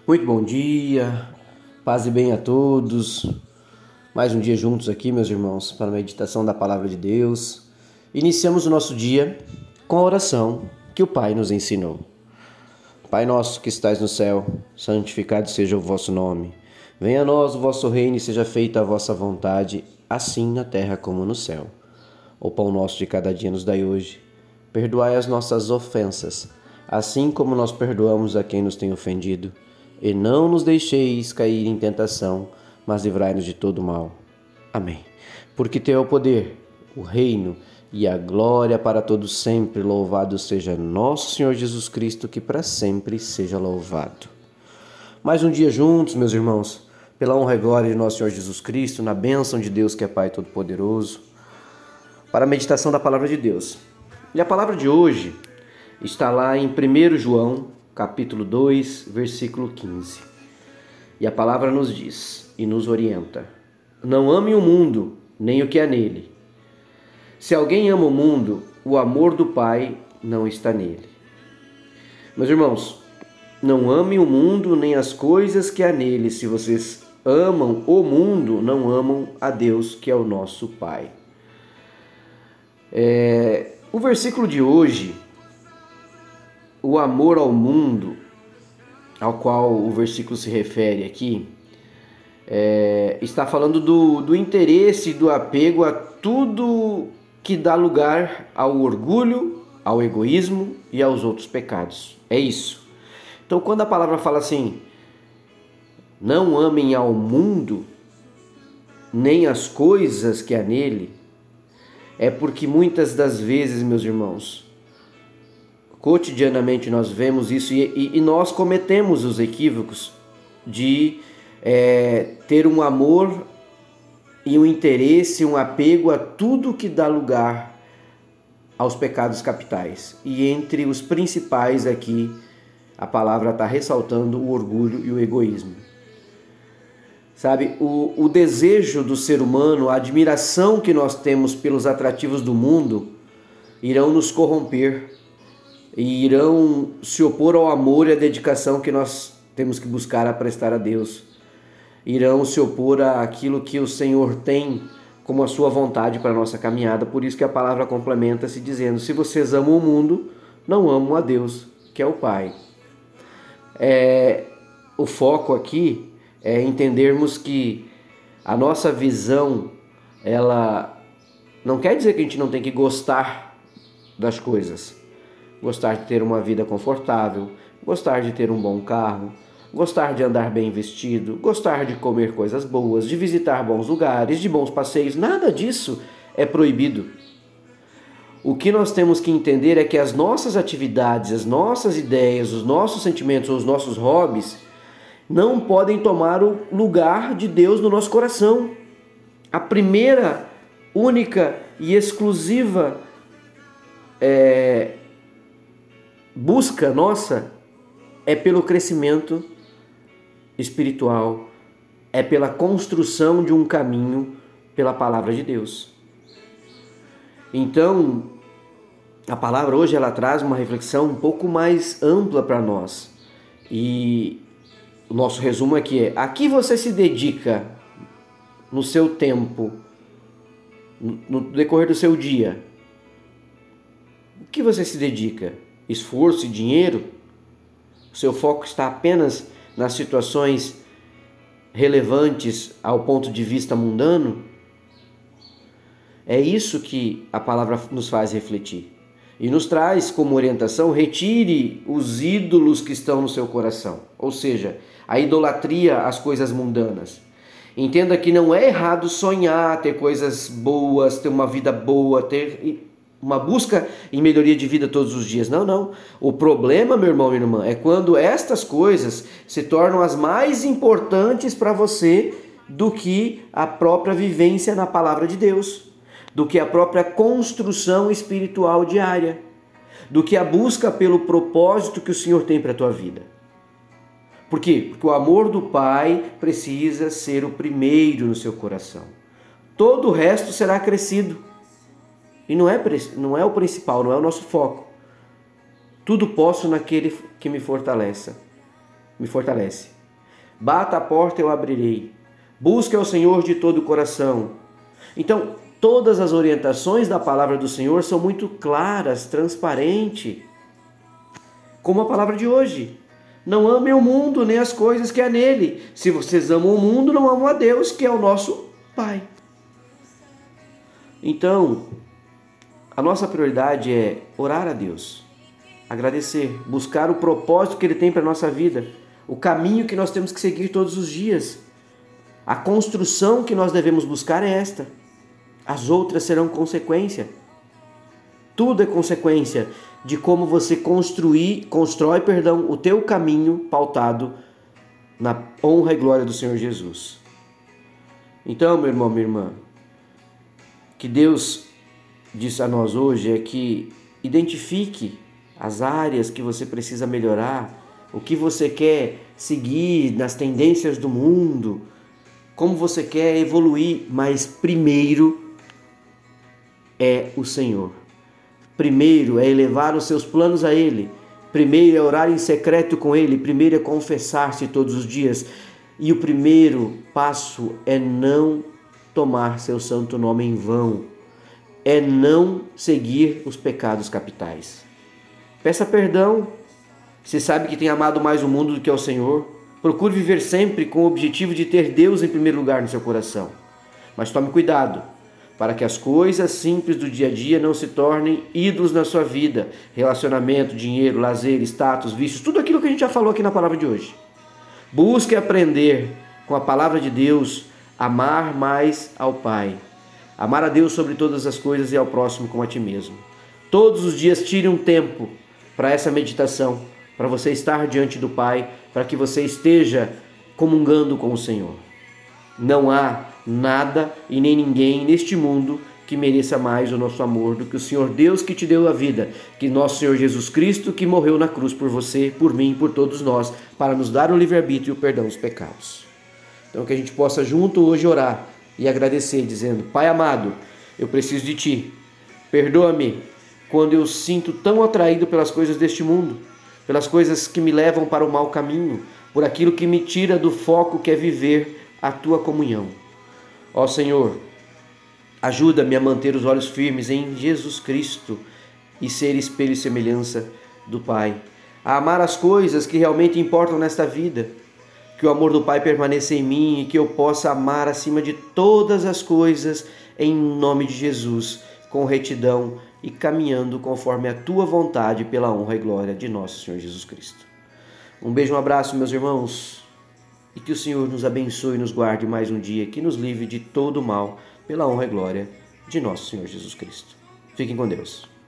Muito bom dia, paz e bem a todos. Mais um dia juntos aqui, meus irmãos, para a meditação da Palavra de Deus. Iniciamos o nosso dia com a oração que o Pai nos ensinou. Pai nosso que estais no céu, santificado seja o vosso nome. Venha a nós o vosso reino e seja feita a vossa vontade, assim na terra como no céu. O pão nosso de cada dia nos dai hoje. Perdoai as nossas ofensas, assim como nós perdoamos a quem nos tem ofendido. E não nos deixeis cair em tentação, mas livrai-nos de todo mal. Amém. Porque teu é o poder, o reino e a glória para todos sempre. Louvado seja nosso Senhor Jesus Cristo, que para sempre seja louvado. Mais um dia juntos, meus irmãos, pela honra e glória de nosso Senhor Jesus Cristo, na bênção de Deus que é Pai Todo-Poderoso, para a meditação da Palavra de Deus. E a palavra de hoje está lá em 1 João, capítulo 2, versículo 15. E a palavra nos diz e nos orienta: não ame o mundo, nem o que há nele. Se alguém ama o mundo, o amor do Pai não está nele. Meus irmãos, não ame o mundo nem as coisas que há nele. Se vocês amam o mundo, não amam a Deus, que é o nosso Pai. O versículo de hoje, o amor ao mundo, ao qual o versículo se refere aqui, está falando do interesse e do apego a tudo que dá lugar ao orgulho, ao egoísmo e aos outros pecados. É isso. Então, quando a palavra fala assim, não amem ao mundo, nem as coisas que há nele, é porque muitas das vezes, meus irmãos, cotidianamente nós vemos isso e nós cometemos os equívocos de ter um amor e um interesse, um apego a tudo que dá lugar aos pecados capitais. E entre os principais aqui, a palavra está ressaltando o orgulho e o egoísmo. Sabe, o desejo do ser humano, a admiração que nós temos pelos atrativos do mundo, irão nos corromper e irão se opor ao amor e à dedicação que nós temos que buscar a prestar a Deus. Irão se opor àquilo que o Senhor tem como a sua vontade para a nossa caminhada. Por isso que a palavra complementa-se dizendo: se vocês amam o mundo, não amam a Deus, que é o Pai. O foco aqui é entendermos que a nossa visão, ela não quer dizer que a gente não tem que gostar das coisas. Gostar de ter uma vida confortável, gostar de ter um bom carro, gostar de andar bem vestido, gostar de comer coisas boas, de visitar bons lugares, de bons passeios, nada disso é proibido. O que nós temos que entender é que as nossas atividades, as nossas ideias, os nossos sentimentos, os nossos hobbies não podem tomar o lugar de Deus no nosso coração. A primeira, única e exclusiva busca nossa é pelo crescimento espiritual, é pela construção de um caminho pela palavra de Deus. Então, a palavra hoje ela traz uma reflexão um pouco mais ampla para nós. E o nosso resumo aqui é: a que você se dedica no seu tempo, no decorrer do seu dia? O que você se dedica? Esforço e dinheiro? O seu foco está apenas nas situações relevantes ao ponto de vista mundano? É isso que a palavra nos faz refletir. E nos traz como orientação: retire os ídolos que estão no seu coração. Ou seja, a idolatria às coisas mundanas. Entenda que não é errado sonhar, ter coisas boas, ter uma vida boa, ter uma busca em melhoria de vida todos os dias. Não, não. O problema, meu irmão e minha irmã, é quando estas coisas se tornam as mais importantes para você do que a própria vivência na palavra de Deus, do que a própria construção espiritual diária, do que a busca pelo propósito que o Senhor tem para a tua vida. Por quê? Porque o amor do Pai precisa ser o primeiro no seu coração. Todo o resto será acrescido. E não é o principal, não é o nosso foco. Tudo posso naquele que me fortalece. me fortalece. Bata a porta, eu abrirei. Busque ao Senhor de todo o coração. Então, todas as orientações da palavra do Senhor são muito claras, transparentes, como a palavra de hoje. Não amem o mundo, nem as coisas que há nele. Se vocês amam o mundo, não amam a Deus, que é o nosso Pai. Então, a nossa prioridade é orar a Deus, agradecer, buscar o propósito que Ele tem para a nossa vida, o caminho que nós temos que seguir todos os dias. A construção que nós devemos buscar é esta. As outras serão consequência. Tudo é consequência de como você constrói o teu caminho pautado na honra e glória do Senhor Jesus. Então, meu irmão, minha irmã, que Deus diz a nós hoje é que identifique as áreas que você precisa melhorar, o que você quer seguir nas tendências do mundo, como você quer evoluir, mas primeiro é o Senhor. Primeiro é elevar os seus planos a Ele. Primeiro é orar em secreto com Ele. Primeiro é confessar-se todos os dias. E o primeiro passo é não tomar seu santo nome em vão. É não seguir os pecados capitais. Peça perdão. Se sabe que tem amado mais o mundo do que ao Senhor. Procure viver sempre com o objetivo de ter Deus em primeiro lugar no seu coração. Mas tome cuidado, para que as coisas simples do dia a dia não se tornem ídolos na sua vida. Relacionamento, dinheiro, lazer, status, vícios, tudo aquilo que a gente já falou aqui na palavra de hoje. Busque aprender com a palavra de Deus, amar mais ao Pai. Amar a Deus sobre todas as coisas e ao próximo como a ti mesmo. Todos os dias tire um tempo para essa meditação, para você estar diante do Pai, para que você esteja comungando com o Senhor. Não há nada e nem ninguém neste mundo que mereça mais o nosso amor do que o Senhor Deus que te deu a vida, que nosso Senhor Jesus Cristo que morreu na cruz por você, por mim, por todos nós, para nos dar o livre-arbítrio e o perdão dos pecados. Então que a gente possa junto hoje orar e agradecer, dizendo: Pai amado, eu preciso de Ti. Perdoa-me quando eu sinto tão atraído pelas coisas deste mundo, pelas coisas que me levam para o mau caminho, por aquilo que me tira do foco que é viver a Tua comunhão. Ó Senhor, ajuda-me a manter os olhos firmes em Jesus Cristo e ser espelho e semelhança do Pai. A amar as coisas que realmente importam nesta vida. Que o amor do Pai permaneça em mim e que eu possa amar acima de todas as coisas em nome de Jesus, com retidão e caminhando conforme a Tua vontade pela honra e glória de nosso Senhor Jesus Cristo. Um beijo, um abraço, meus irmãos. E que o Senhor nos abençoe e nos guarde mais um dia, que nos livre de todo o mal, pela honra e glória de nosso Senhor Jesus Cristo. Fiquem com Deus.